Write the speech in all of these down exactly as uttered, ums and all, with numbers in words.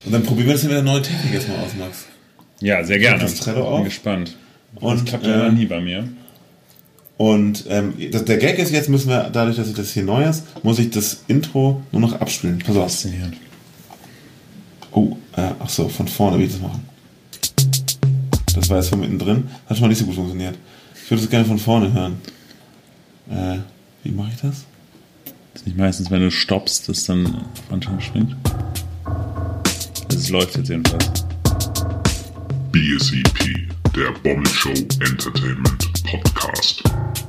Und dann probieren wir das mit der neuen Technik jetzt mal aus, Max. Ja, sehr gerne. Das Trello Bin auf. gespannt. Und, das klappt ja äh, nie bei mir. Und ähm, das, der Gag ist, jetzt müssen wir, dadurch, dass ich das hier neu ist, muss ich das Intro nur noch abspielen. Pass auf. Faszinierend. Oh, äh, ach so, von vorne will ich das machen. Das war jetzt von mittendrin. Hat schon mal nicht so gut funktioniert. Ich würde das gerne von vorne hören. Äh, wie mache ich das? Das ist nicht meistens, wenn du stoppst, dass dann auf Anfang springt. Also es läuft jetzt jedenfalls. B S E P, der Bommel Show Entertainment Podcast.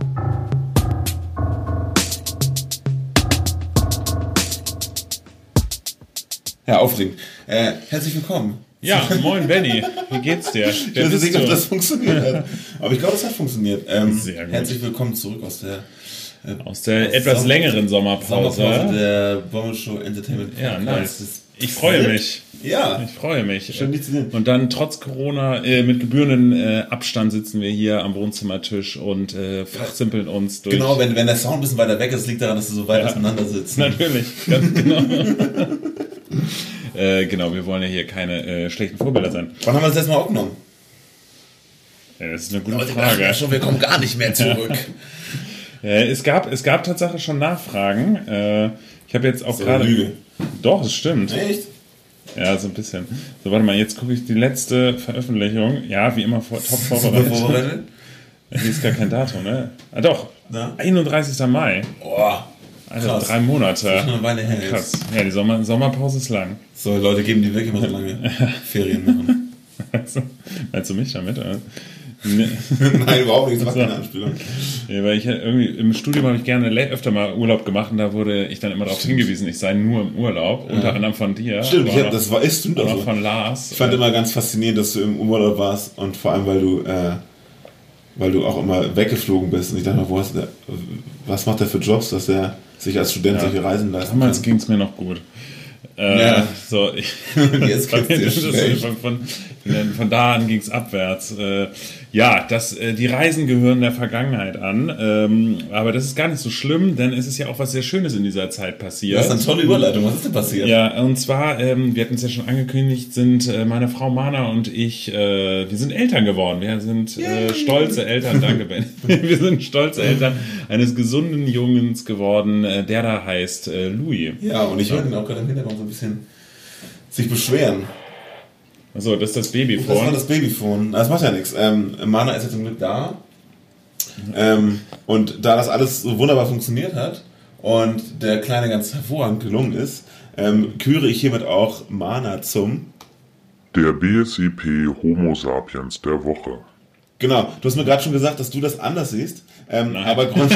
Ja, aufregend. Äh, herzlich willkommen. Ja, moin Benny, wie geht's dir? Ich weiß nicht, ob das funktioniert hat. Aber ich glaube, es hat funktioniert. Ähm, Sehr gut. Herzlich willkommen zurück aus der, äh, Aus der aus etwas Sommer- längeren Sommerpause. Sommerpause der Bommel Show Entertainment Ja, Podcast. nice. Das Ich freue flippt. mich. Ja, Ich freue mich. schön dich zu sehen. Und dann trotz Corona äh, mit gebührenden äh, Abstand sitzen wir hier am Wohnzimmertisch und äh, fachsimpeln uns durch. Genau, wenn, wenn der Sound ein bisschen weiter weg ist, liegt daran, dass du so weit Ja. auseinander sitzt. Natürlich, ganz genau. äh, genau, wir wollen ja hier keine äh, schlechten Vorbilder sein. Wann haben wir das letzte Mal aufgenommen? Ja, das ist eine gute Leute dachten Frage. ja schon, wir kommen gar nicht mehr zurück. Äh, es gab, es gab tatsächlich schon Nachfragen. Äh, ich habe jetzt auch So gerade. eine Lüge. Doch, es stimmt. Echt? Ja, so ein bisschen. So, warte mal, jetzt gucke ich die letzte Veröffentlichung. Ja, wie immer vor, top Super vorbereitet. vorbereitet? Hier ist gar kein Datum, ne? Ah, doch. Na? einunddreißigster Mai. Boah. Also Krass. drei Monate. Das ist schon eine Weile her jetzt. Krass. Ja, die Sommer Sommerpause ist lang. So, Leute geben die wirklich immer so lange Ferien machen. Also, meinst du mich damit? Oder? Ne. Nein, überhaupt nicht. Das macht keine Anspielung. Ja, weil ich irgendwie im Studium habe ich gerne le- öfter mal Urlaub gemacht und da wurde ich dann immer darauf hingewiesen, ich sei nur im Urlaub, unter anderem von dir. Stimmt, ich aber hab, das war, ist stimmt auch auch noch so. von Lars. Ich fand immer ganz faszinierend, dass du im Urlaub warst und vor allem, weil du, äh, weil du auch immer weggeflogen bist. Und ich dachte mal, wo hast du, was macht der für Jobs, dass er sich als Student Ja. solche Reisen leisten Damals kann? ging es mir noch gut. Äh, Ja. So, ich, Jetzt geht's dir das ist schlecht. von, von, von da an ging es abwärts. Äh, ja, das, äh, die Reisen gehören der Vergangenheit an, ähm, aber das ist gar nicht so schlimm, denn es ist ja auch was sehr Schönes in dieser Zeit passiert. Das ist eine tolle Überleitung. Was ist denn passiert? Ja, und zwar, ähm, wir hatten es ja schon angekündigt, sind äh, meine Frau Mana und ich, äh, wir sind Eltern geworden. Wir sind äh, stolze Eltern, danke Ben. Wir sind stolze Eltern eines gesunden Jungens geworden, äh, der da heißt äh, Louis. Ja, und ich höre ihn auch gerade im Hintergrund so ein bisschen sich beschweren. Also das ist das Das war Babyphone. das Babyphone. Das macht ja nichts. Ähm, Mana ist jetzt zum Glück da. Ähm, und da das alles so wunderbar funktioniert hat und der Kleine ganz hervorragend gelungen ist, ähm, küre ich hiermit auch Mana zum... Der B S E P Homo Sapiens der Woche. Genau, du hast mir gerade schon gesagt, dass du das anders siehst. Ähm, aber, grund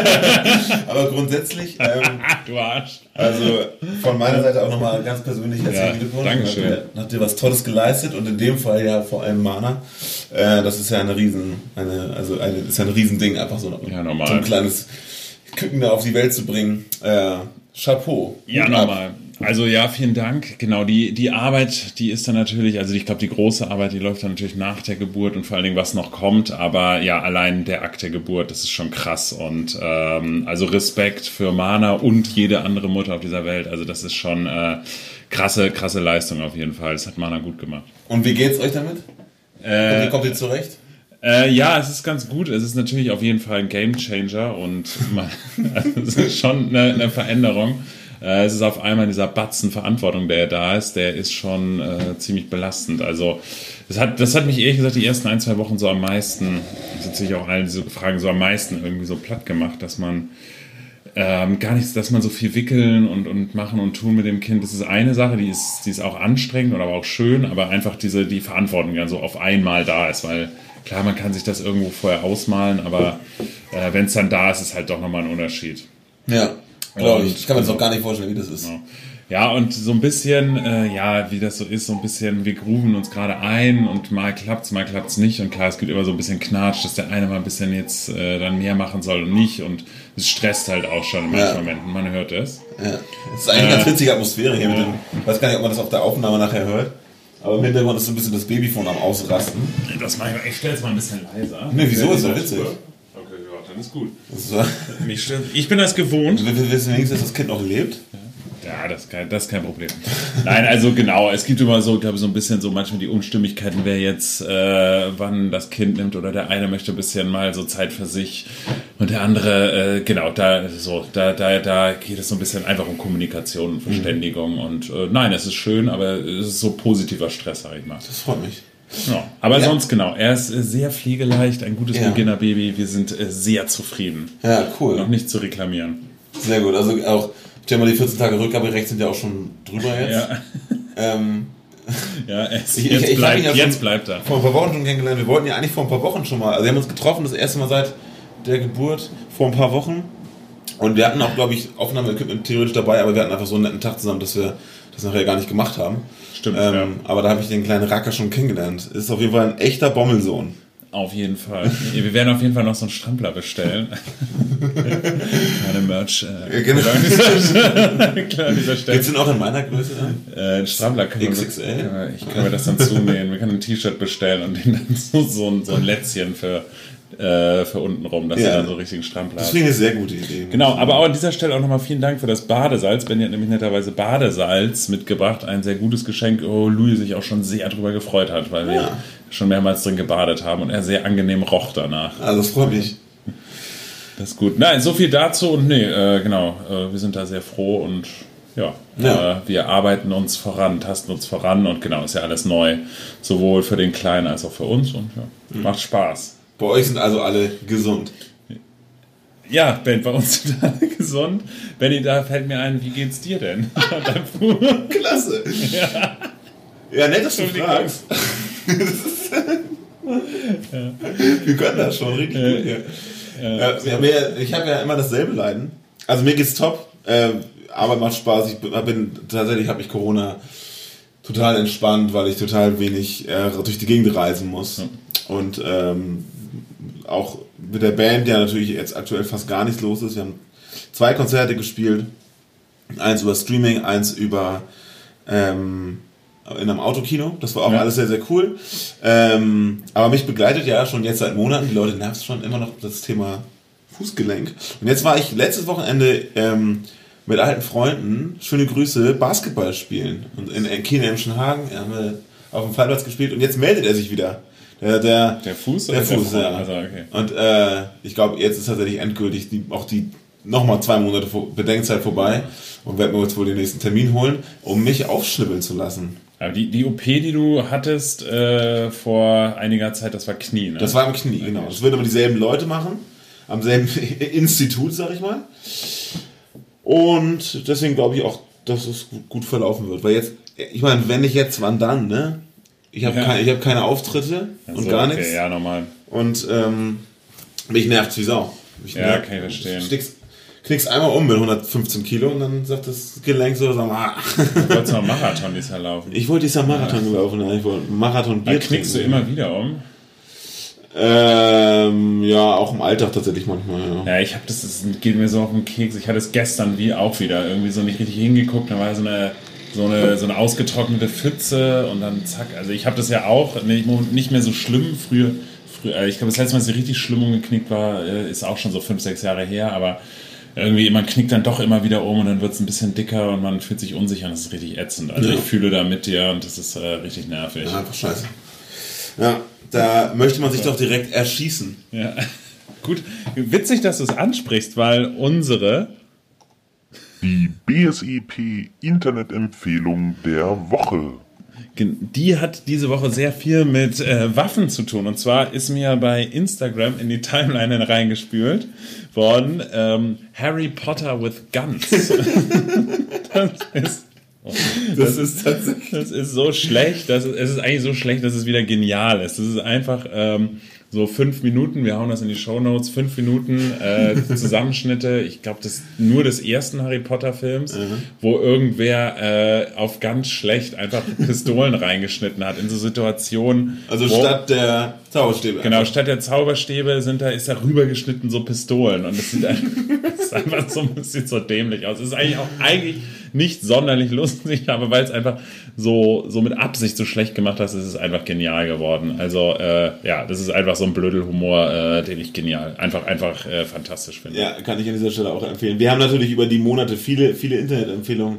aber grundsätzlich, ähm, Du Arsch. also von meiner Seite auch nochmal ganz persönlich Ja, herzlichen Glückwunsch. Dankeschön. Habt ihr, habt ihr was Tolles geleistet und in dem Fall ja vor allem Mana. Äh, das ist ja eine riesen, eine, also eine, ist ja ein Riesending, einfach so, Ja, normal. so ein kleines Küken da auf die Welt zu bringen. Äh, Chapeau. Ja, Hut ab. nochmal. Also ja, vielen Dank. Genau, die, die Arbeit, die ist dann natürlich, also ich glaube, die große Arbeit, die läuft dann natürlich nach der Geburt und vor allen Dingen, was noch kommt. Aber ja, allein der Akt der Geburt, das ist schon krass. Und ähm, also Respekt für Mana und jede andere Mutter auf dieser Welt. Also das ist schon äh, krasse, krasse Leistung auf jeden Fall. Das hat Mana gut gemacht. Und wie geht's euch damit? Äh, Wie kommt ihr zurecht? Äh, ja, es ist ganz gut. Es ist natürlich auf jeden Fall ein Gamechanger und man, also es ist schon eine, eine Veränderung. Äh, es ist auf einmal dieser Batzen Verantwortung, der da ist, der ist schon äh, ziemlich belastend. Also das hat, das hat mich ehrlich gesagt die ersten ein, zwei Wochen so am meisten, das sind natürlich auch alle diese Fragen so am meisten irgendwie so platt gemacht, dass man ähm, gar nichts, dass man so viel wickeln und, und machen und tun mit dem Kind, das ist eine Sache, die ist, die ist auch anstrengend oder aber auch schön, aber einfach diese, die Verantwortung dann so auf einmal da ist, weil klar, man kann sich das irgendwo vorher ausmalen, aber äh, wenn es dann da ist, ist halt doch nochmal ein Unterschied. Ja, glaube ich. Und- Ich kann mir das auch gar nicht vorstellen, wie das ist. Ja. Ja, und so ein bisschen, äh, ja, wie das so ist, so ein bisschen, wir grooven uns gerade ein und mal klappt's, mal klappt's nicht. Und klar, es gibt immer so ein bisschen Knatsch, dass der eine mal ein bisschen jetzt äh, dann mehr machen soll und nicht. Und es stresst halt auch schon in manchen Ja. Momenten, man hört es. Ja. Es ist eigentlich eine ganz witzige Atmosphäre hier. Mit dem, ich weiß gar nicht, ob man das auf der Aufnahme nachher hört. Aber im Hintergrund ist so ein bisschen das Babyphone am Ausrasten. Das mach ich, ich stell's mal ein bisschen leiser. Nee, wieso? Ist doch witzig. Okay, ja, dann ist gut. Das war, Mich stört, ich bin das gewohnt. wir wir wissen wenigstens, dass das Kind noch lebt. Ja, Ja, das ist kein, das ist kein Problem. Nein, also genau, es gibt immer so, glaube ich, so ein bisschen so manchmal die Unstimmigkeiten, wer jetzt äh, wann das Kind nimmt oder der eine möchte ein bisschen mal so Zeit für sich und der andere, äh, genau, da so, da, da, da geht es so ein bisschen einfach um Kommunikation und Verständigung mhm. und äh, nein, es ist schön, aber es ist so positiver Stress, sag ich mal. Das freut mich. Ja, aber ja. sonst genau, er ist äh, sehr pflegeleicht, ein gutes ja. Beginnerbaby, wir sind äh, sehr zufrieden. Ja, cool. Noch nicht zu reklamieren. Sehr gut, also auch stell mal, die vierzehn Tage Rückgaberecht sind ja auch schon drüber jetzt. Ja, ähm, ja es, ich, jetzt, ich, ich bleibt, ja jetzt bleibt er. Vor ein paar Wochen schon kennengelernt. Wir wollten ja eigentlich vor ein paar Wochen schon mal, also wir haben uns getroffen, das erste Mal seit der Geburt, vor ein paar Wochen. Und wir hatten auch, glaube ich, Aufnahmeequipment theoretisch dabei, aber wir hatten einfach so einen netten Tag zusammen, dass wir das nachher gar nicht gemacht haben. Stimmt, ähm, ja. Aber da habe ich den kleinen Racker schon kennengelernt. Ist auf jeden Fall ein echter Bommelsohn. Auf jeden Fall. Wir werden auf jeden Fall noch so einen Strampler bestellen. Keine Merch. Äh, ja, genau. Klar, an dieser Stelle. Gibt es den auch in meiner Größe? Äh, ein Strampler kann man, X X L? äh, ich kann mir das dann zunähen. Wir können ein T-Shirt bestellen und den dann so, so, ein, so ein Lätzchen für, äh, für unten rum, dass ja. er dann so richtigen Strampler hat. Das finde ich eine sehr gute Idee. Genau, aber auch an dieser Stelle auch nochmal vielen Dank für das Badesalz. Benny hat nämlich netterweise Badesalz mitgebracht. Ein sehr gutes Geschenk, wo Louis sich auch schon sehr drüber gefreut hat, weil wir ja. schon mehrmals drin gebadet haben und er sehr angenehm roch danach. Also das freut mich. Das ist gut. Nein, so viel dazu und nee, äh, genau, äh, wir sind da sehr froh und ja, ja. Äh, wir arbeiten uns voran, tasten uns voran und genau, ist ja alles neu, sowohl für den Kleinen als auch für uns und ja, mhm. macht Spaß. Bei euch sind also alle gesund. Ja, Ben, bei uns sind alle gesund. Benni, da fällt mir ein, wie geht's dir denn? Klasse. Ja, ja nett, dass du fragst. ja. Wir können das schon richtig äh, gut hier. Ja, ja, ich habe ja immer dasselbe Leiden. Also mir geht's top. Äh, Arbeit macht Spaß. Ich bin tatsächlich habe mich Corona total entspannt, weil ich total wenig äh, durch die Gegend reisen muss. Ja. Und ähm, auch mit der Band ja natürlich jetzt aktuell fast gar nichts los ist. Wir haben zwei Konzerte gespielt. Eins über Streaming, eins über ähm, in einem Autokino. Das war auch ja. alles sehr, sehr cool. Ähm, aber mich begleitet ja schon jetzt seit Monaten, die Leute nervt schon immer noch das Thema Fußgelenk. Und jetzt war ich letztes Wochenende ähm, mit alten Freunden, schöne Grüße, Basketball spielen. Und in, in Kiel-Emschenhagen haben wir auf dem Freiplatz gespielt und jetzt meldet er sich wieder. Der, der, der Fuß? Der Fuß, der ja. Also, okay. Und äh, ich glaube, jetzt ist tatsächlich endgültig die, auch die nochmal zwei Monate Bedenkzeit vorbei und werde mir jetzt wohl den nächsten Termin holen, um mich aufschnibbeln zu lassen. Aber die, die O P, die du hattest äh, vor einiger Zeit, das war Knie, ne? Das war im Knie, genau. Das würden aber dieselben Leute machen, am selben Institut, sag ich mal. Und deswegen glaube ich auch, dass es gut, gut verlaufen wird. Weil jetzt, ich meine, wenn nicht jetzt, wann dann, ne? Ich habe ja. keine, hab keine Auftritte also, und gar okay, nichts. Ja, normal. Und ähm, mich nervt wie Sau. Mich ja, nervt. kann ich verstehen. Knickst, knickst einmal um mit hundertfünfzehn Kilo und dann sagt das Gelenk so, sag mal. Du wolltest noch Marathon dieses Jahr laufen. Ich wollte dieses Jahr Marathon ja. gelaufen. Ja. Ich wollte Marathon Bier trinken. Knickst du immer wieder um? Ähm, ja, auch im Alltag tatsächlich manchmal, ja. Ja, ich habe das, das geht mir so auf den Keks. Ich hatte es gestern wie auch wieder irgendwie so nicht richtig hingeguckt. Da war so eine, so eine, so eine ausgetrocknete Pfütze und dann zack. Also ich habe das ja auch nicht mehr so schlimm. Früher, früher ich glaube, das letzte Mal, dass ich richtig schlimm umgeknickt war, ist auch schon so fünf, sechs Jahre her, aber irgendwie, man knickt dann doch immer wieder um und dann wird es ein bisschen dicker und man fühlt sich unsicher und das ist richtig ätzend. Also ja. ich fühle da mit dir und das ist äh, richtig nervig. Ja, einfach scheiße. Ja, da möchte man sich doch direkt erschießen. Ja, gut. Witzig, dass du es ansprichst, weil unsere... Die B S I P Internetempfehlung der Woche. Die hat diese Woche sehr viel mit äh, Waffen zu tun. Und zwar ist mir bei Instagram in die Timeline reingespült worden, ähm, Harry Potter with Guns. das ist... Oh, das, das, ist tatsächlich. Das ist so schlecht, dass es, es ist eigentlich so schlecht, dass es wieder genial ist. Das ist einfach ähm, so fünf Minuten, wir hauen das in die Shownotes, fünf Minuten äh, Zusammenschnitte, ich glaube, das nur des ersten Harry Potter Films, mhm. wo irgendwer äh, auf ganz schlecht einfach Pistolen reingeschnitten hat in so Situationen. Also wo, statt der Zauberstäbe. Genau, statt der Zauberstäbe sind da, ist da rübergeschnitten so Pistolen und das sieht einfach, das ist einfach so ein bisschen so dämlich aus. Es ist eigentlich auch eigentlich nicht sonderlich lustig, aber weil es einfach so, so mit Absicht so schlecht gemacht hast, ist es einfach genial geworden. Also äh, ja, das ist einfach so ein Blödelhumor, äh, den ich genial, einfach, einfach äh, fantastisch finde. Ja, kann ich an dieser Stelle auch empfehlen. Wir haben natürlich über die Monate viele, viele Internetempfehlungen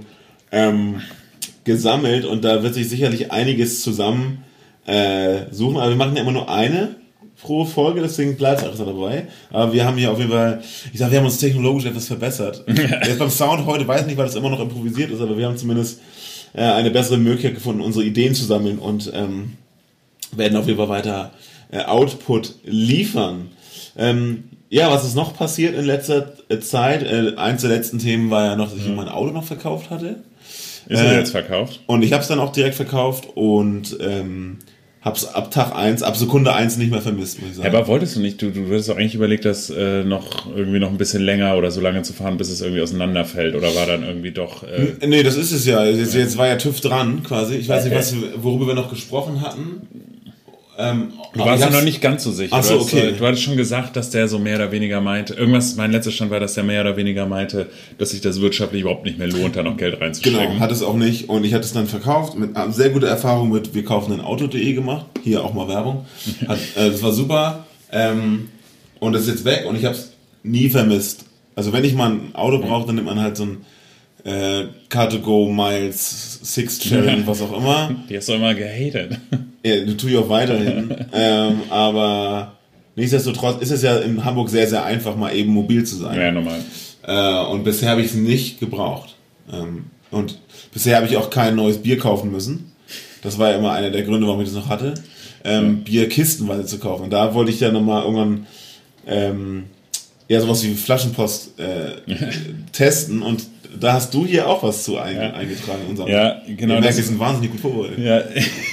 ähm, gesammelt und da wird sich sicherlich einiges zusammen äh, suchen. Aber wir machen ja immer nur eine pro Folge, deswegen bleibt es auch dabei. Aber wir haben hier auf jeden Fall, ich sag, wir haben uns technologisch etwas verbessert. Jetzt beim Sound heute, weiß nicht, weil das immer noch improvisiert ist, aber wir haben zumindest äh, eine bessere Möglichkeit gefunden, unsere Ideen zu sammeln und ähm, werden auf jeden Fall weiter äh, Output liefern. Ähm, ja, was ist noch passiert in letzter Zeit? Äh, eins der letzten Themen war ja noch, dass ich ja. mein Auto noch verkauft hatte. Ist er äh, jetzt verkauft? Und ich habe es dann auch direkt verkauft und ähm, hab's ab Tag eins, ab Sekunde eins nicht mehr vermisst, muss ich sagen. Ja, aber wolltest du nicht, du, du hattest doch eigentlich überlegt, das äh, noch irgendwie noch ein bisschen länger oder so lange zu fahren, bis es irgendwie auseinanderfällt, oder war dann irgendwie doch... Äh nee, das ist es ja. Jetzt, jetzt war ja TÜV dran, quasi. Ich weiß okay. nicht, was, worüber wir noch gesprochen hatten. Ähm, du warst ja noch nicht ganz so sicher. Ach so, okay. Du, du hattest schon gesagt, dass der so mehr oder weniger meinte, irgendwas, mein letzter Stand war, dass der mehr oder weniger meinte, dass sich das wirtschaftlich überhaupt nicht mehr lohnt, da noch Geld reinzustecken. Genau, hat es auch nicht. Und ich hatte es dann verkauft, mit sehr guter Erfahrung mit wir kaufen ein Auto punkt de gemacht. Hier auch mal Werbung. Hat, äh, das war super. Ähm, und das ist jetzt weg und ich habe es nie vermisst. Also wenn ich mal ein Auto brauche, dann nimmt man halt so ein äh, Car to Go, Miles, Six Challenge, was auch immer. Die hast du immer gehatet. Ja, du tue ich auch weiterhin. ähm, aber nichtsdestotrotz ist es ja in Hamburg sehr, sehr einfach, mal eben mobil zu sein. Ja, normal. Äh, und bisher habe ich es nicht gebraucht. Ähm, und bisher habe ich auch kein neues Bier kaufen müssen. Das war ja immer einer der Gründe, warum ich das noch hatte. Ähm, ja. Bier kistenweise zu kaufen. Und da wollte ich ja nochmal irgendwann ähm, ja sowas wie Flaschenpost äh, testen. Und da hast du hier auch was zu ein, ja. eingetragen. In unserem ja, genau. Wir merken, wir sind wahnsinnig gut vorbereitet. Ja.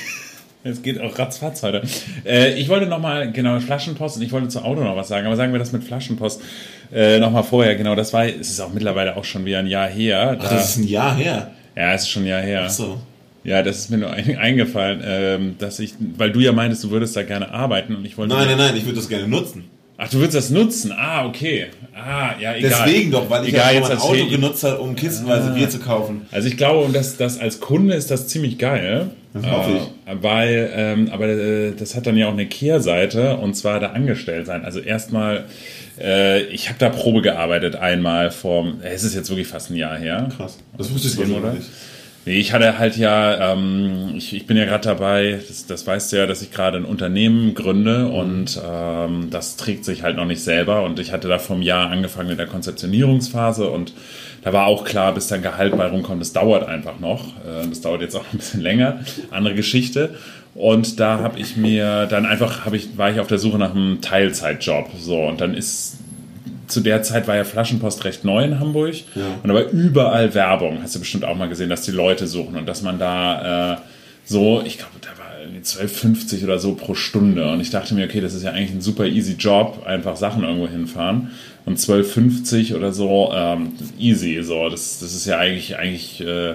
Es geht auch ratzfatz heute. Äh, ich wollte nochmal, genau, Flaschenpost, und ich wollte zu Auto noch was sagen, aber sagen wir das mit Flaschenpost äh, nochmal vorher, genau, das war, es ist auch mittlerweile auch schon wieder ein Jahr her. Ach, das ist ein Jahr her? Ja, es ist schon ein Jahr her. Ach so. Ja, das ist mir nur ein, eingefallen, ähm, dass ich, weil du ja meintest, du würdest da gerne arbeiten und ich wollte... Nein, nein, nein, ich würde das gerne nutzen. Ach, du würdest das nutzen? Ah, okay. Ah, ja, egal. Deswegen doch, weil ich egal, ja schon mein Auto ich... genutzt habe, um kistenweise ah. Bier zu kaufen. Also ich glaube, das, das als Kunde ist das ziemlich geil. Das hoffe ich. Äh, weil, ähm, aber äh, das hat dann ja auch eine Kehrseite, und zwar da angestellt sein. Also erstmal, äh, ich habe da Probe gearbeitet einmal vor, es ist jetzt wirklich fast ein Jahr her. Krass, das wusste ich gar nicht. Nee, ich hatte halt ja, ähm, ich, ich bin ja gerade dabei, das, das weißt du ja, dass ich gerade ein Unternehmen gründe, mhm. und ähm, das trägt sich halt noch nicht selber, und ich hatte da vom Jahr angefangen mit der Konzeptionierungsphase, und da war auch klar, bis dann Gehalt bei rumkommt, das dauert einfach noch, äh, das dauert jetzt auch ein bisschen länger, andere Geschichte. Und da habe ich mir dann einfach, hab ich, war ich auf der Suche nach einem Teilzeitjob, so, und dann ist... Zu der Zeit war ja Flaschenpost recht neu in Hamburg, ja. Und da war überall Werbung. Hast du bestimmt auch mal gesehen, dass die Leute suchen und dass man da äh, so, ich glaube, da war irgendwie zwölf fünfzig oder so pro Stunde, und ich dachte mir, okay, das ist ja eigentlich ein super easy Job, einfach Sachen irgendwo hinfahren, und zwölf fünfzig oder so, ähm, easy, so, das, das ist ja eigentlich, eigentlich, äh,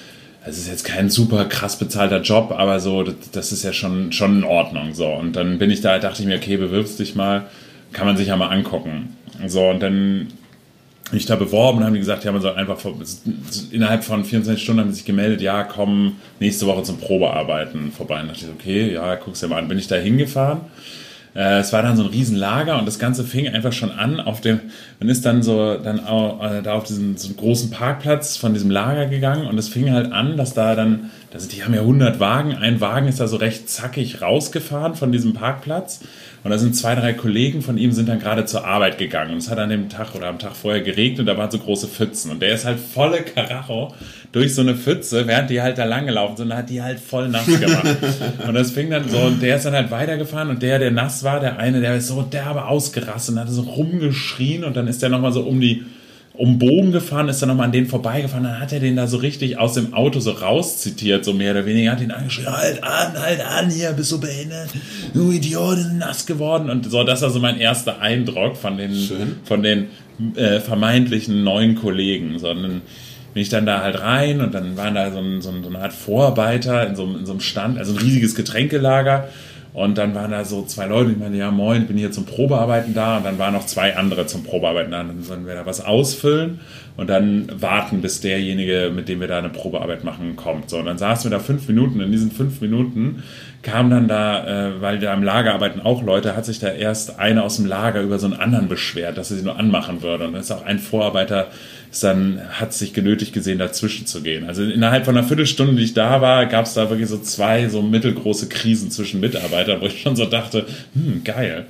es ist jetzt kein super krass bezahlter Job, aber so, das, das ist ja schon, schon in Ordnung, so, und dann bin ich da, dachte ich mir, okay, bewirbst dich mal, kann man sich ja mal angucken. So, und dann bin ich da beworben und haben die gesagt, ja, man soll einfach vor, innerhalb von vierundzwanzig Stunden haben die sich gemeldet, ja, komm nächste Woche zum Probearbeiten vorbei. Und da dachte ich, okay, ja, guck's dir mal an. Bin ich da hingefahren. Äh, es war dann so ein Riesenlager, und das Ganze fing einfach schon an auf dem, man ist dann so dann auch, äh, da auf diesen so großen Parkplatz von diesem Lager gegangen, und es fing halt an, dass da dann, also die haben ja hundert Wagen, ein Wagen ist da so recht zackig rausgefahren von diesem Parkplatz, und da sind zwei, drei Kollegen von ihm sind dann gerade zur Arbeit gegangen, und es hat an dem Tag oder am Tag vorher geregnet, und da waren so große Pfützen, und der ist halt volle Karacho durch so eine Pfütze, während die halt da lang gelaufen sind, und hat die halt voll nass gemacht. Und das fing dann so, und der ist dann halt weitergefahren, und der, der nass war, der eine, der ist so derbe ausgerastet und hat so rumgeschrien, und dann ist der nochmal so um die um Bogen gefahren, ist dann nochmal an denen vorbeigefahren, dann hat er den da so richtig aus dem Auto so rauszitiert, so mehr oder weniger, hat ihn angeschrien, halt an, halt an, hier, bist du behindert, du Idiot, ist nass geworden, und so, das war so mein erster Eindruck von den, Schön. von den äh, vermeintlichen neuen Kollegen, sondern bin ich dann da halt rein, und dann waren da so, ein, so eine Art Vorarbeiter in so, in so einem Stand, also ein riesiges Getränkelager, Und dann waren da so zwei Leute, ich meine, ja moin, ich bin hier zum Probearbeiten da. Und dann waren noch zwei andere zum Probearbeiten da. Und dann sollen wir da was ausfüllen und dann warten, bis derjenige, mit dem wir da eine Probearbeit machen, kommt. So, und dann saßen wir da fünf Minuten. In diesen fünf Minuten kam dann da, äh, weil da im Lager arbeiten auch Leute, hat sich da erst einer aus dem Lager über so einen anderen beschwert, dass er sie nur anmachen würde. Und dann ist auch ein Vorarbeiter, ist dann, hat sich genötigt gesehen, dazwischen zu gehen. Also innerhalb von einer Viertelstunde, die ich da war, gab es da wirklich so zwei so mittelgroße Krisen zwischen Mitarbeitern, wo ich schon so dachte, hm, geil.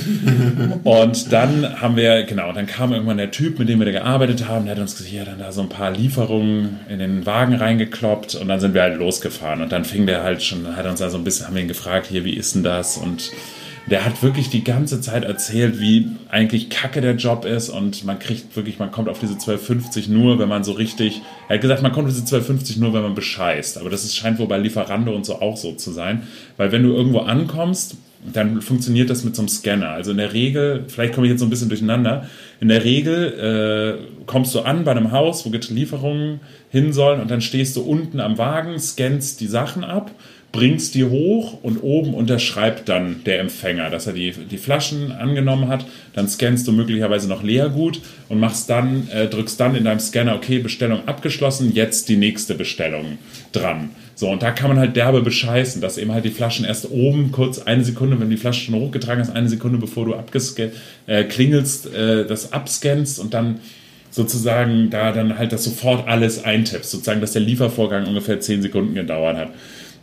Und dann haben wir, genau, dann kam irgendwann der Typ, mit dem wir da gearbeitet haben, der hat uns gesagt, ja, dann da so ein paar Lieferungen in den Wagen reingekloppt und dann sind wir halt losgefahren. Und dann fing der halt schon, hat uns da so ein bisschen, haben wir ihn gefragt, hier, wie ist denn das? Und der hat wirklich die ganze Zeit erzählt, wie eigentlich kacke der Job ist und man kriegt wirklich, man kommt auf diese zwölf fünfzig nur, wenn man so richtig, er hat gesagt, man kommt auf diese zwölf fünfzig nur, wenn man bescheißt, aber das ist, scheint wohl bei Lieferando und so auch so zu sein, weil wenn du irgendwo ankommst, dann funktioniert das mit so einem Scanner, also in der Regel, vielleicht komme ich jetzt so ein bisschen durcheinander, in der Regel äh, kommst du an bei einem Haus, wo Lieferungen hin sollen und dann stehst du unten am Wagen, scannst die Sachen ab, bringst die hoch und oben unterschreibt dann der Empfänger, dass er die, die Flaschen angenommen hat. Dann scannst du möglicherweise noch Leergut und machst dann, äh, drückst dann in deinem Scanner, okay, Bestellung abgeschlossen, jetzt die nächste Bestellung dran. So, und da kann man halt derbe bescheißen, dass eben halt die Flaschen erst oben kurz eine Sekunde, wenn du die Flasche schon hochgetragen hast, eine Sekunde bevor du abgescan- äh, klingelst, äh, das abscannst und dann sozusagen da dann halt das sofort alles eintippst. Sozusagen, dass der Liefervorgang ungefähr zehn Sekunden gedauert hat.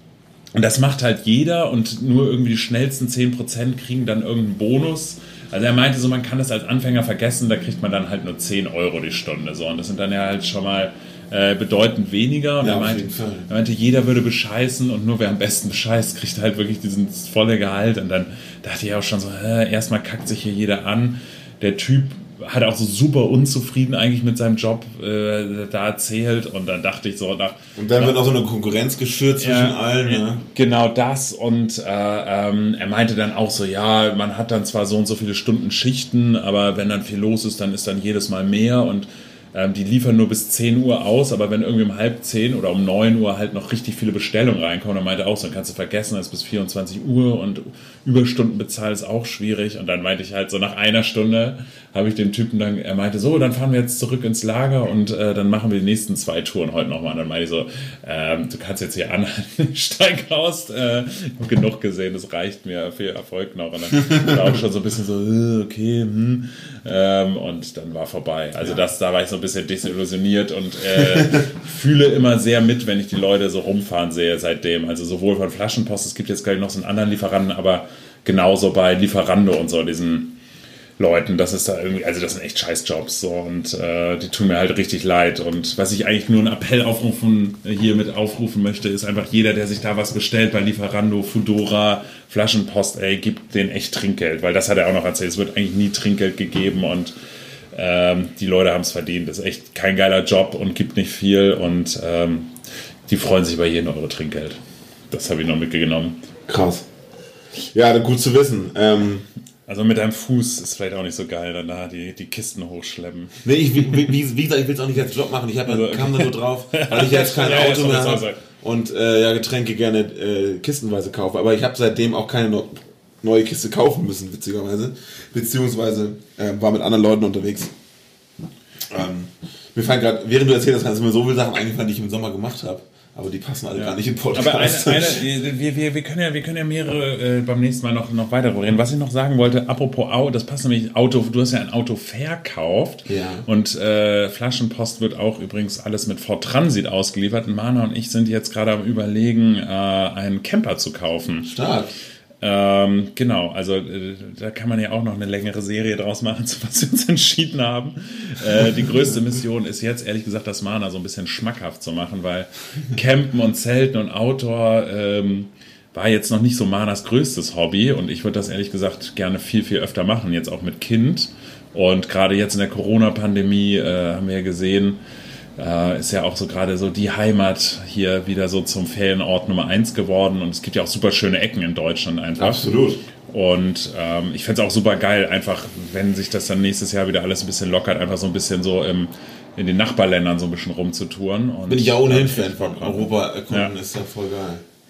Und das macht halt jeder und nur irgendwie die schnellsten zehn Prozent kriegen dann irgendeinen Bonus. Also er meinte so, man kann das als Anfänger vergessen, da kriegt man dann halt nur zehn Euro die Stunde. So. Und das sind dann ja halt schon mal äh, bedeutend weniger. Und ja, er, meinte, er meinte, jeder würde bescheißen und nur wer am besten bescheißt, kriegt halt wirklich diesen volle Gehalt. Und dann dachte ich auch schon so, hä, erstmal kackt sich hier jeder an. Der Typ hat auch so super unzufrieden eigentlich mit seinem Job äh, da erzählt und dann dachte ich so nach... Und dann nach, wird auch so eine Konkurrenz geschürt zwischen ja, allen. Ne? Genau das und äh, ähm, er meinte dann auch so, ja, man hat dann zwar so und so viele Stunden Schichten, aber wenn dann viel los ist, dann ist dann jedes Mal mehr und ähm, die liefern nur bis zehn Uhr aus, aber wenn irgendwie um halb zehn oder um neun Uhr halt noch richtig viele Bestellungen reinkommen, dann meinte er auch so, dann kannst du vergessen, es ist bis vierundzwanzig Uhr und Überstunden bezahlen ist auch schwierig und dann meinte ich halt so nach einer Stunde habe ich dem Typen dann, er meinte so, dann fahren wir jetzt zurück ins Lager und äh, dann machen wir die nächsten zwei Touren heute nochmal. Und dann meinte ich so, ähm, du kannst jetzt hier anhalten, steig aus, äh, ich habe genug gesehen, das reicht mir, viel Erfolg noch. Und dann war auch schon so ein bisschen so, äh, okay, hm. ähm, und dann war vorbei. Also das, da war ich so ein bisschen desillusioniert und äh, fühle immer sehr mit, wenn ich die Leute so rumfahren sehe seitdem. Also sowohl von Flaschenpost, es gibt jetzt gleich noch so einen anderen Lieferanten, aber genauso bei Lieferando und so, diesen Leuten, das ist da irgendwie, also das sind echt Scheißjobs so und äh, die tun mir halt richtig leid und was ich eigentlich nur einen Appell aufrufen, hier mit aufrufen möchte, ist einfach jeder, der sich da was bestellt bei Lieferando, Foodora, Flaschenpost, ey, gibt denen echt Trinkgeld, weil das hat er auch noch erzählt, es wird eigentlich nie Trinkgeld gegeben und ähm, die Leute haben es verdient, das ist echt kein geiler Job und gibt nicht viel und ähm, die freuen sich über jeden Euro Trinkgeld. Das habe ich noch mitgenommen. Krass. Ja, gut zu wissen. Ähm Also mit deinem Fuß ist vielleicht auch nicht so geil, dann da die, die Kisten hochschleppen. Nee, ich, wie, wie, wie gesagt, ich will es auch nicht als Job machen. Ich hab, also, kam da nur drauf, weil ich jetzt kein ja, Auto ja, mehr habe und äh, ja, Getränke gerne äh, kistenweise kaufe. Aber ich habe seitdem auch keine no- neue Kiste kaufen müssen, witzigerweise. Beziehungsweise äh, war mit anderen Leuten unterwegs. Ähm, mir fallen gerade, während du erzählt hast, kannst du mir so viele Sachen eingefallen, die ich im Sommer gemacht habe. Aber die passen alle ja. gar nicht im Podcast. Aber eine, eine, wir, wir, wir, können ja, wir können ja mehrere äh, beim nächsten Mal noch, noch weiter reden. Was ich noch sagen wollte, apropos Auto, das passt nämlich, Auto, du hast ja ein Auto verkauft. Ja. Und äh, Flaschenpost wird auch übrigens alles mit Ford Transit ausgeliefert. Und Mana und ich sind jetzt gerade am Überlegen, äh, einen Camper zu kaufen. Stark. Ähm, genau, also äh, da kann man ja auch noch eine längere Serie draus machen, zu was wir uns entschieden haben. Äh, die größte Mission ist jetzt, ehrlich gesagt, das Mana so ein bisschen schmackhaft zu machen, weil Campen und Zelten und Outdoor ähm, war jetzt noch nicht so Manas größtes Hobby und ich würde das ehrlich gesagt gerne viel, viel öfter machen, jetzt auch mit Kind. Und gerade jetzt in der Corona-Pandemie äh, haben wir ja gesehen, Uh, ist ja auch so gerade so die Heimat hier wieder so zum Ferienort Nummer eins geworden und es gibt ja auch super schöne Ecken in Deutschland einfach. Absolut. Und ähm, ich fände es auch super geil, einfach wenn sich das dann nächstes Jahr wieder alles ein bisschen lockert, einfach so ein bisschen so im, in den Nachbarländern so ein bisschen rumzutouren. Und bin ich ja ohnehin Fan von Europa erkunden, ja. Ist ja voll geil.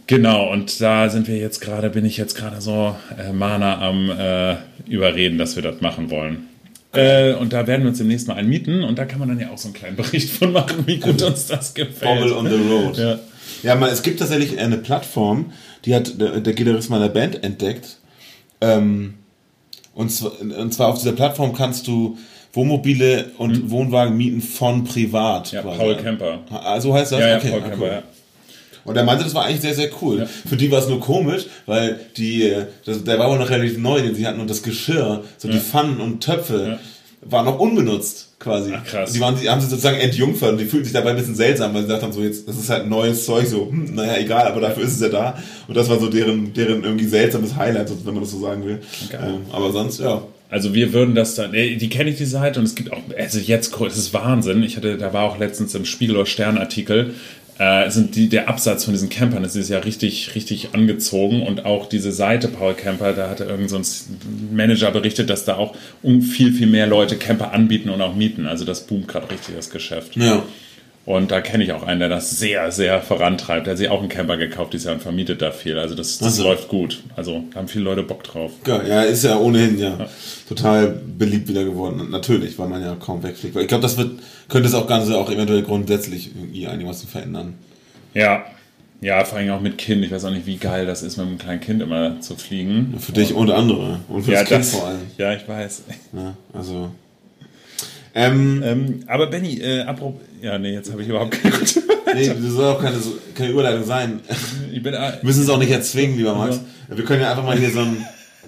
Genau, und da sind wir jetzt gerade, bin ich jetzt gerade so äh, Mana am äh, Überreden, dass wir das machen wollen. Äh, und da werden wir uns demnächst mal einmieten und da kann man dann ja auch so einen kleinen Bericht von machen, wie gut uns das gefällt. Bommel on the road. Ja, ja man, es gibt tatsächlich eine Plattform, die hat der, der Gitarrist meiner Band entdeckt. Ähm, und, zwar, und zwar auf dieser Plattform kannst du Wohnmobile und hm. Wohnwagen mieten von privat. Ja, quasi. Paul Camper. So heißt das? Ja, ja, okay, Paul ah, Camper, cool. ja. Und er meinte, das war eigentlich sehr, sehr cool. Ja. Für die war es nur komisch, weil die, das, der war wohl noch relativ neu, den sie hatten, und das Geschirr, so ja. die Pfannen und Töpfe, ja. waren noch unbenutzt, quasi. Ach, krass. Die, waren, die haben sie sozusagen entjungfert und die fühlten sich dabei ein bisschen seltsam, weil sie dachten so, jetzt, das ist halt neues Zeug, so, hm, naja, egal, aber dafür ist es ja da. Und das war so deren, deren irgendwie seltsames Highlight, wenn man das so sagen will. Okay. Ähm, aber sonst, ja. Also wir würden das dann, die kenne ich die Seite und es gibt auch, also jetzt, es ist Wahnsinn, ich hatte, da war auch letztens im Spiegel oder Stern Artikel, äh, sind die, der Absatz von diesen Campern ist dieses Jahr richtig, richtig angezogen und auch diese Seite Paul Camper, da hatte irgend so ein Manager berichtet, dass da auch viel, viel mehr Leute Camper anbieten und auch mieten, also das boomt gerade richtig, das Geschäft. Ja. Und da kenne ich auch einen, der das sehr, sehr vorantreibt. Der hat sich auch einen Camper gekauft dieses Jahr und vermietet da viel. Also das, das also. läuft gut. Also da haben viele Leute Bock drauf. Geil. Ja, ist ja ohnehin ja, ja total beliebt wieder geworden. Natürlich, weil man ja kaum wegfliegt. Ich glaube, das wird, könnte es auch Ganze auch eventuell grundsätzlich irgendwie einiges verändern. Ja. Ja, vor allem auch mit Kind. Ich weiß auch nicht, wie geil das ist, mit einem kleinen Kind immer zu fliegen. Für dich und andere. Und für ja, das Kind das, vor allem. Ja, ich weiß. Ja, also... Ähm, ähm, aber Benni, äh, apropos... Ja, nee, jetzt habe ich überhaupt keine gute Überleitung. Nee, das soll auch keine, keine Überleitung sein. Ich bin, äh, wir müssen es auch nicht erzwingen, lieber Max. Ja. Wir können ja einfach mal hier so ein...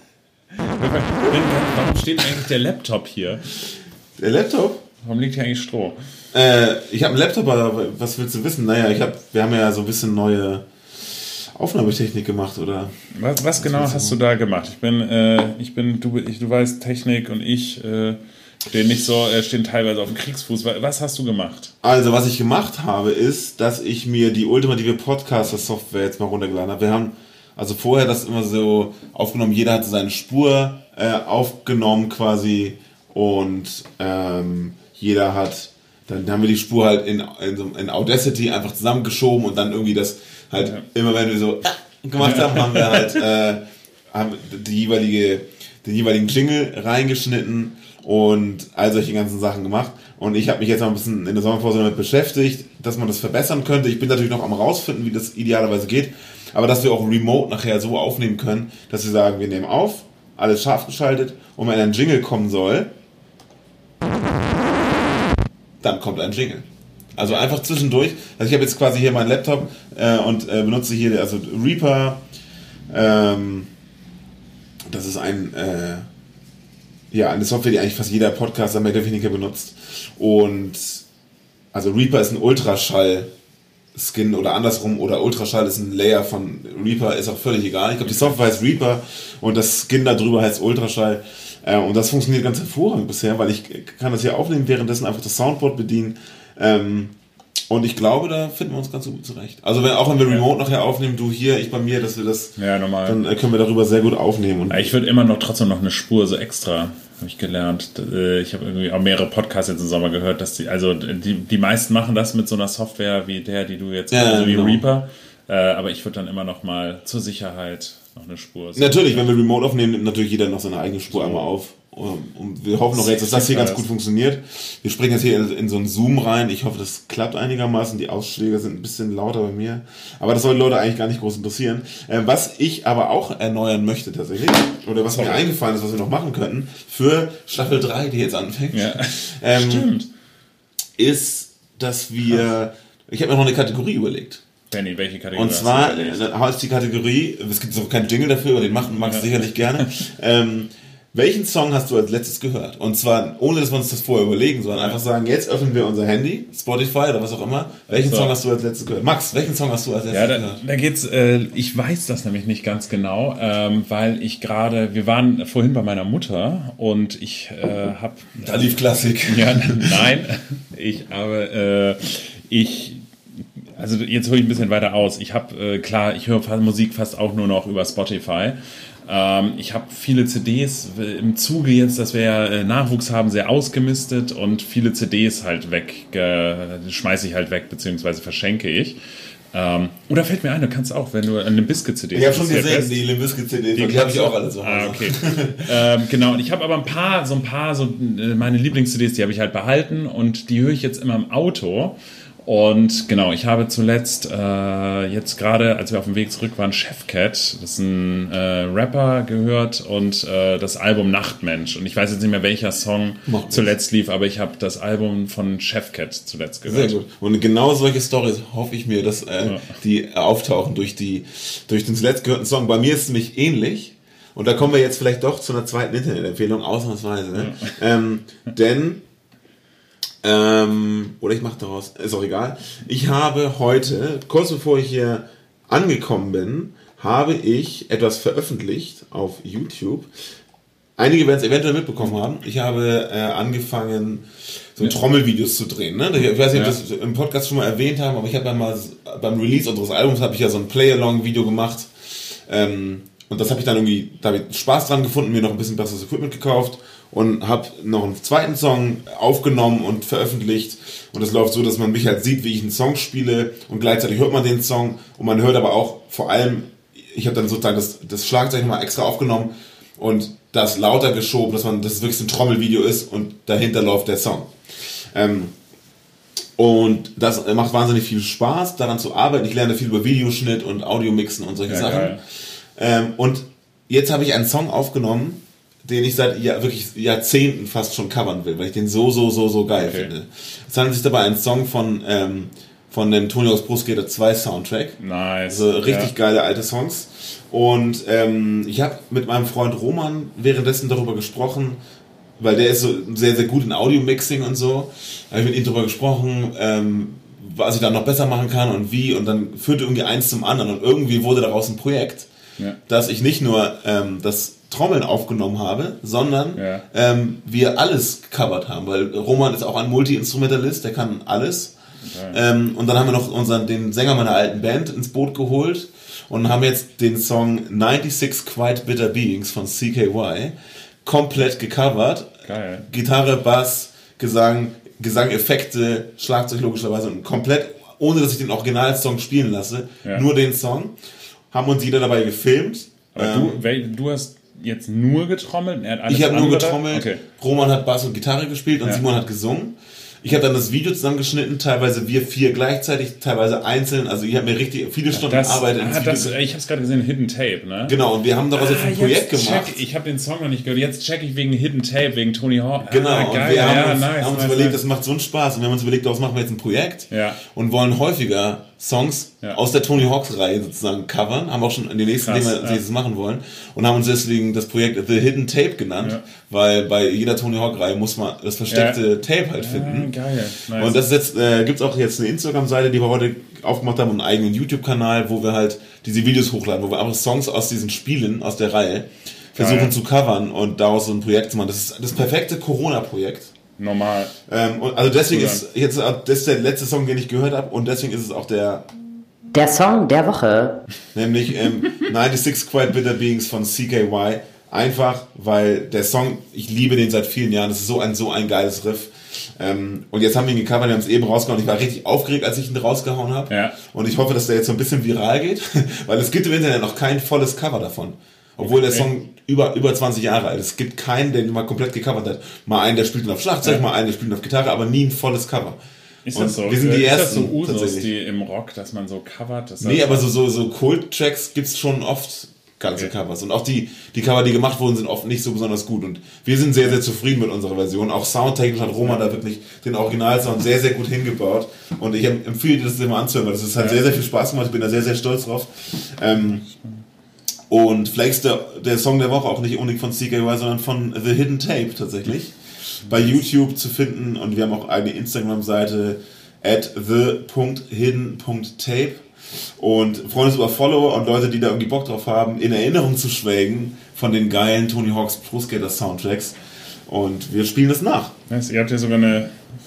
Warum steht eigentlich der Laptop hier? Der Laptop? Warum liegt hier eigentlich Stroh? Äh, ich habe einen Laptop, aber was willst du wissen? Naja, ich hab, wir haben ja so ein bisschen neue Aufnahmetechnik gemacht, oder? Was, was, was genau hast du da gemacht? Ich bin, äh, ich bin, du, ich, du weißt, Technik und ich äh, stehen nicht so, äh, stehen teilweise auf dem Kriegsfuß. Was hast du gemacht? Also, was ich gemacht habe, ist, dass ich mir die ultimative Podcaster-Software jetzt mal runtergeladen habe. Wir haben also vorher das immer so aufgenommen, jeder hatte seine Spur äh, aufgenommen quasi und ähm, jeder hat, dann haben wir die Spur halt in, in, so, in Audacity einfach zusammengeschoben und dann irgendwie das halt, ja. immer wenn wir so gemacht haben, haben wir halt äh, haben die jeweilige, den jeweiligen Jingle reingeschnitten und all solche ganzen Sachen gemacht. Und ich habe mich jetzt mal ein bisschen in der Sommerpause damit beschäftigt, dass man das verbessern könnte. Ich bin natürlich noch am rausfinden, wie das idealerweise geht, aber dass wir auch remote nachher so aufnehmen können, dass wir sagen, wir nehmen auf, alles scharf geschaltet und wenn ein Jingle kommen soll, dann kommt ein Jingle. Also einfach zwischendurch. Also ich habe jetzt quasi hier meinen Laptop äh, und äh, benutze hier also Reaper. Ähm, das ist ein äh, ja eine Software, die eigentlich fast jeder Podcaster mehr oder weniger benutzt. Und also Reaper ist ein Ultraschall-Skin oder andersrum oder Ultraschall ist ein Layer von Reaper, ist auch völlig egal. Ich glaube, die Software heißt Reaper und das Skin da drüber heißt Ultraschall. Äh, und das funktioniert ganz hervorragend bisher, weil ich kann das hier aufnehmen, währenddessen einfach das Soundboard bedienen. Ähm, und ich glaube, da finden wir uns ganz so gut zurecht. Also wenn, auch wenn wir Remote ja. nachher aufnehmen, du hier, ich bei mir, dass wir das, ja, normal. Dann äh, können wir darüber sehr gut aufnehmen. Und ich würde immer noch trotzdem noch eine Spur so extra, habe ich gelernt. Ich habe irgendwie auch mehrere Podcasts jetzt im Sommer gehört, dass die, also die, die meisten machen das mit so einer Software wie der, die du jetzt, ja, also wie genau. Reaper. Äh, aber ich würde dann immer noch mal zur Sicherheit noch eine Spur. Natürlich, wenn wir Remote aufnehmen, nimmt natürlich jeder noch seine eigene Spur so. einmal auf. Und wir hoffen auch jetzt, dass das hier ganz gut funktioniert. Wir springen jetzt hier in, in so einen Zoom rein. Ich hoffe, das klappt einigermaßen. Die Ausschläge sind ein bisschen lauter bei mir. Aber das soll die Leute eigentlich gar nicht groß interessieren. Äh, was ich aber auch erneuern möchte tatsächlich, oder was Sorry. mir eingefallen ist, was wir noch machen könnten, für Staffel drei, die jetzt anfängt, ja. ähm, Stimmt. ist, dass wir... Ich habe mir noch eine Kategorie überlegt. Benni, welche Kategorie? Und zwar heißt die Kategorie, es gibt so keinen Jingle dafür, aber den macht Max ja. sicherlich gerne. ähm, welchen Song hast du als letztes gehört? Und zwar, ohne dass wir uns das vorher überlegen, sondern ja. einfach sagen, jetzt öffnen wir unser Handy, Spotify oder was auch immer. Welchen so. Song hast du als letztes gehört? Max, welchen Song hast du als letztes ja, da, gehört? Da geht's, äh, ich weiß das nämlich nicht ganz genau, ähm, weil ich gerade, wir waren vorhin bei meiner Mutter und ich äh, habe... Da lief Klassik. Ja, nein, ich habe, äh, ich... Also jetzt hole ich ein bisschen weiter aus. Ich habe, äh, klar, ich höre Musik fast auch nur noch über Spotify. Ähm, ich habe viele C Ds im Zuge jetzt, dass wir äh, Nachwuchs haben, sehr ausgemistet und viele C Ds halt weg, äh, schmeiße ich halt weg, beziehungsweise verschenke ich. Ähm, oder fällt mir ein, du kannst auch, wenn du eine Limp Bizkit C D Ich habe schon gesehen, die Limp Bizkit C D, die, die habe ich auch alle so. Ah, okay. ähm, genau, und ich habe aber ein paar, so ein paar, so meine Lieblings-C Ds, die habe ich halt behalten und die höre ich jetzt immer im Auto. Und genau, ich habe zuletzt äh, jetzt gerade, als wir auf dem Weg zurück waren, Chefcat, das ist ein äh, Rapper, gehört und äh, das Album Nachtmensch. Und ich weiß jetzt nicht mehr, welcher Song Mach zuletzt lief, aber ich habe das Album von Chefcat zuletzt gehört. Sehr gut. Und genau solche Storys hoffe ich mir, dass äh, ja. die auftauchen durch, die, durch den zuletzt gehörten Song. Bei mir ist es nämlich ähnlich. Und da kommen wir jetzt vielleicht doch zu einer zweiten Internetempfehlung, ausnahmsweise. Ne? Ja. Ähm, denn... Ähm, oder ich mache daraus, ist auch egal. Ich habe heute, kurz bevor ich hier angekommen bin, habe ich etwas veröffentlicht auf YouTube. Einige werden es eventuell mitbekommen haben. Ich habe äh, angefangen, so ja. Trommelvideos zu drehen. Ne? Ich weiß nicht, ob wir das im Podcast schon mal erwähnt haben, aber ich habe ja mal beim Release unseres Albums habe ich ja so ein Play-Along-Video gemacht. Ähm, und das habe ich dann irgendwie, da habe ich Spaß dran gefunden, mir noch ein bisschen besseres Equipment gekauft. Und habe noch einen zweiten Song aufgenommen und veröffentlicht. Und es läuft so, dass man mich halt sieht, wie ich einen Song spiele. Und gleichzeitig hört man den Song. Und man hört aber auch vor allem, ich habe dann sozusagen das, das Schlagzeug nochmal extra aufgenommen und das lauter geschoben, dass man, dass es wirklich so ein Trommelvideo ist und dahinter läuft der Song. Ähm, und das macht wahnsinnig viel Spaß, daran zu arbeiten. Ich lerne viel über Videoschnitt und Audiomixen und solche ja, Sachen. Ähm, und jetzt habe ich einen Song aufgenommen, den ich seit ja, wirklich Jahrzehnten fast schon covern will, weil ich den so, so, so, so geil okay. finde. Es handelt sich dabei einen Song von, ähm, von dem Tony Hawk's Pro Skater zwei Soundtrack. Nice. Also richtig ja. geile alte Songs. Und ähm, ich habe mit meinem Freund Roman währenddessen darüber gesprochen, weil der ist so sehr, sehr gut in Audio-Mixing und so. Da habe ich mit ihm darüber gesprochen, ähm, was ich da noch besser machen kann und wie. Und dann führte irgendwie eins zum anderen. Und irgendwie wurde daraus ein Projekt, ja. dass ich nicht nur ähm, das Trommeln aufgenommen habe, sondern ja. ähm, wir alles gecovert haben, weil Roman ist auch ein Multi-Instrumentalist, der kann alles. Okay. Ähm, und dann haben wir noch unseren, den Sänger meiner alten Band ins Boot geholt und haben jetzt den Song ninety-six Quite Bitter Beings von C K Y komplett gecovert. Geil. Gitarre, Bass, Gesang, Gesangeffekte, Schlagzeug logischerweise und komplett, ohne dass ich den Originalsong spielen lasse, ja. nur den Song. Haben uns jeder dabei gefilmt. Aber ähm, du, wel, du hast jetzt nur getrommelt? Er hat alles ich habe nur andere? getrommelt. Okay. Roman hat Bass und Gitarre gespielt und ja. Simon hat gesungen. Ich habe dann das Video zusammengeschnitten, teilweise wir vier gleichzeitig, teilweise einzeln. Also ich habe mir richtig viele Stunden das, Arbeit ins ah, Video. Das, ich habe es gerade gesehen, Hidden Tape, ne? Genau, und wir haben daraus ah, jetzt ein Projekt jetzt gemacht. Check, ich habe den Song noch nicht gehört. Jetzt check ich wegen Hidden Tape, wegen Tony Hawk. Genau, ah, und geil. wir haben ja, uns, nice, haben uns nice, überlegt, nice. das macht so einen Spaß. Und wir haben uns überlegt, daraus machen wir jetzt ein Projekt ja. und wollen häufiger Songs ja. aus der Tony Hawk's Reihe sozusagen covern. Haben auch schon in den nächsten Dinge, die wir das machen wollen. Und haben uns deswegen das Projekt The Hidden Tape genannt, ja. weil bei jeder Tony Hawk Reihe muss man das versteckte ja. Tape halt finden. Ja, geil. Nice. Und das ist jetzt, äh, gibt's auch jetzt eine Instagram-Seite, die wir heute aufgemacht haben und einen eigenen YouTube-Kanal, wo wir halt diese Videos hochladen, wo wir einfach Songs aus diesen Spielen, aus der Reihe, versuchen geil. zu covern und daraus so ein Projekt zu machen. Das ist das perfekte Corona-Projekt. Normal. Ähm, und also deswegen Oder? ist jetzt das ist der letzte Song, den ich gehört habe, und deswegen ist es auch der der Song der Woche. Nämlich ähm, ninety-six Quite Bitter Beings von C K Y. Einfach, weil der Song, ich liebe den seit vielen Jahren, das ist so ein so ein geiles Riff. Ähm, und jetzt haben wir ihn gecovert, wir haben es eben rausgehauen. Ich war richtig aufgeregt, als ich ihn rausgehauen habe. Ja. Und ich hoffe, dass der jetzt so ein bisschen viral geht, weil es gibt im Internet noch kein volles Cover davon. Obwohl okay. der Song über, über zwanzig Jahre alt ist. Es gibt keinen, der ihn mal komplett gecovert hat. Mal einen, der spielt ihn auf Schlagzeug, ja. mal einen, der spielt ihn auf Gitarre, aber nie ein volles Cover. Ist das so? Wir sind die ist ersten, das so Usus, die im Rock, dass man so covert? Das nee, aber so, so, so Kult-Tracks gibt's schon oft ganze okay. Covers. Und auch die, die Cover, die gemacht wurden, sind oft nicht so besonders gut. Und wir sind sehr, sehr zufrieden mit unserer Version. Auch soundtechnisch hat Roman da wirklich den Originalsound sehr, sehr gut hingebaut. Und ich empfehle dir das immer anzuhören, weil das ist halt ja. sehr, sehr viel Spaß gemacht. Ich bin da sehr, sehr stolz drauf. Ähm, und vielleicht ist der, der Song der Woche auch nicht unbedingt von C K Y, sondern von The Hidden Tape tatsächlich. Bei YouTube zu finden. Und wir haben auch eine Instagram-Seite at the dot hidden dot tape. Und freuen uns über Follower und Leute, die da irgendwie Bock drauf haben, in Erinnerung zu schwelgen von den geilen Tony Hawk's Pro Skater Soundtracks. Und wir spielen das nach. Nice. Ihr habt ja sogar eine,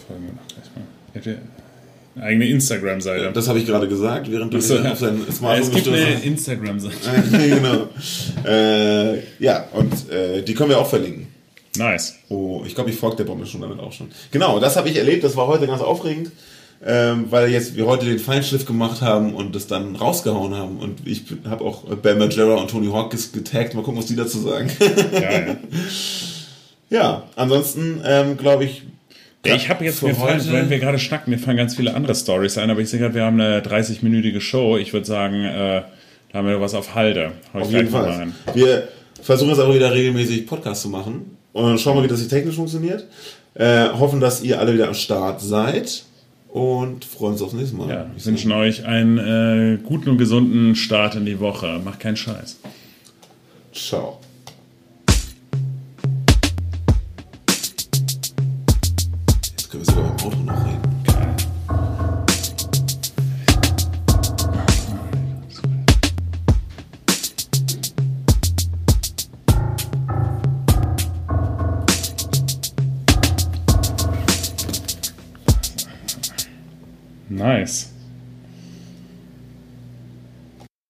ihr habt ja eine eigene Instagram-Seite. Das habe ich gerade gesagt, während du so, auf dein Smartphone es gibt eine Instagram-Seite. Genau. äh, ja, und äh, die können wir auch verlinken. Nice. Oh, ich glaube, ich folge der Bombe schon damit auch schon. Genau, das habe ich erlebt. Das war heute ganz aufregend. ähm, weil jetzt wir heute den Feinschliff gemacht haben und das dann rausgehauen haben. Und ich habe auch Bam Margera und Tony Hawk getaggt. Mal gucken, was die dazu sagen. Ja, ja. Ja, ansonsten ähm, glaube ich... Ja, ich habe jetzt, mir fallen, wenn wir gerade schnacken, mir fallen ganz viele andere Storys ein, aber ich sehe gerade, wir haben eine dreißig-minütige Show. Ich würde sagen, äh, da haben wir was auf Halde. Hau auf jeden Fall. Wir versuchen jetzt auch wieder regelmäßig Podcasts zu machen und schauen mal, wie das hier technisch funktioniert. Äh, hoffen, dass ihr alle wieder am Start seid und freuen uns aufs nächste Mal. Ja, wir wünschen euch einen äh, guten und gesunden Start in die Woche. Macht keinen Scheiß. Ciao. Jetzt können wir sogar beim Auto noch reden. Nice.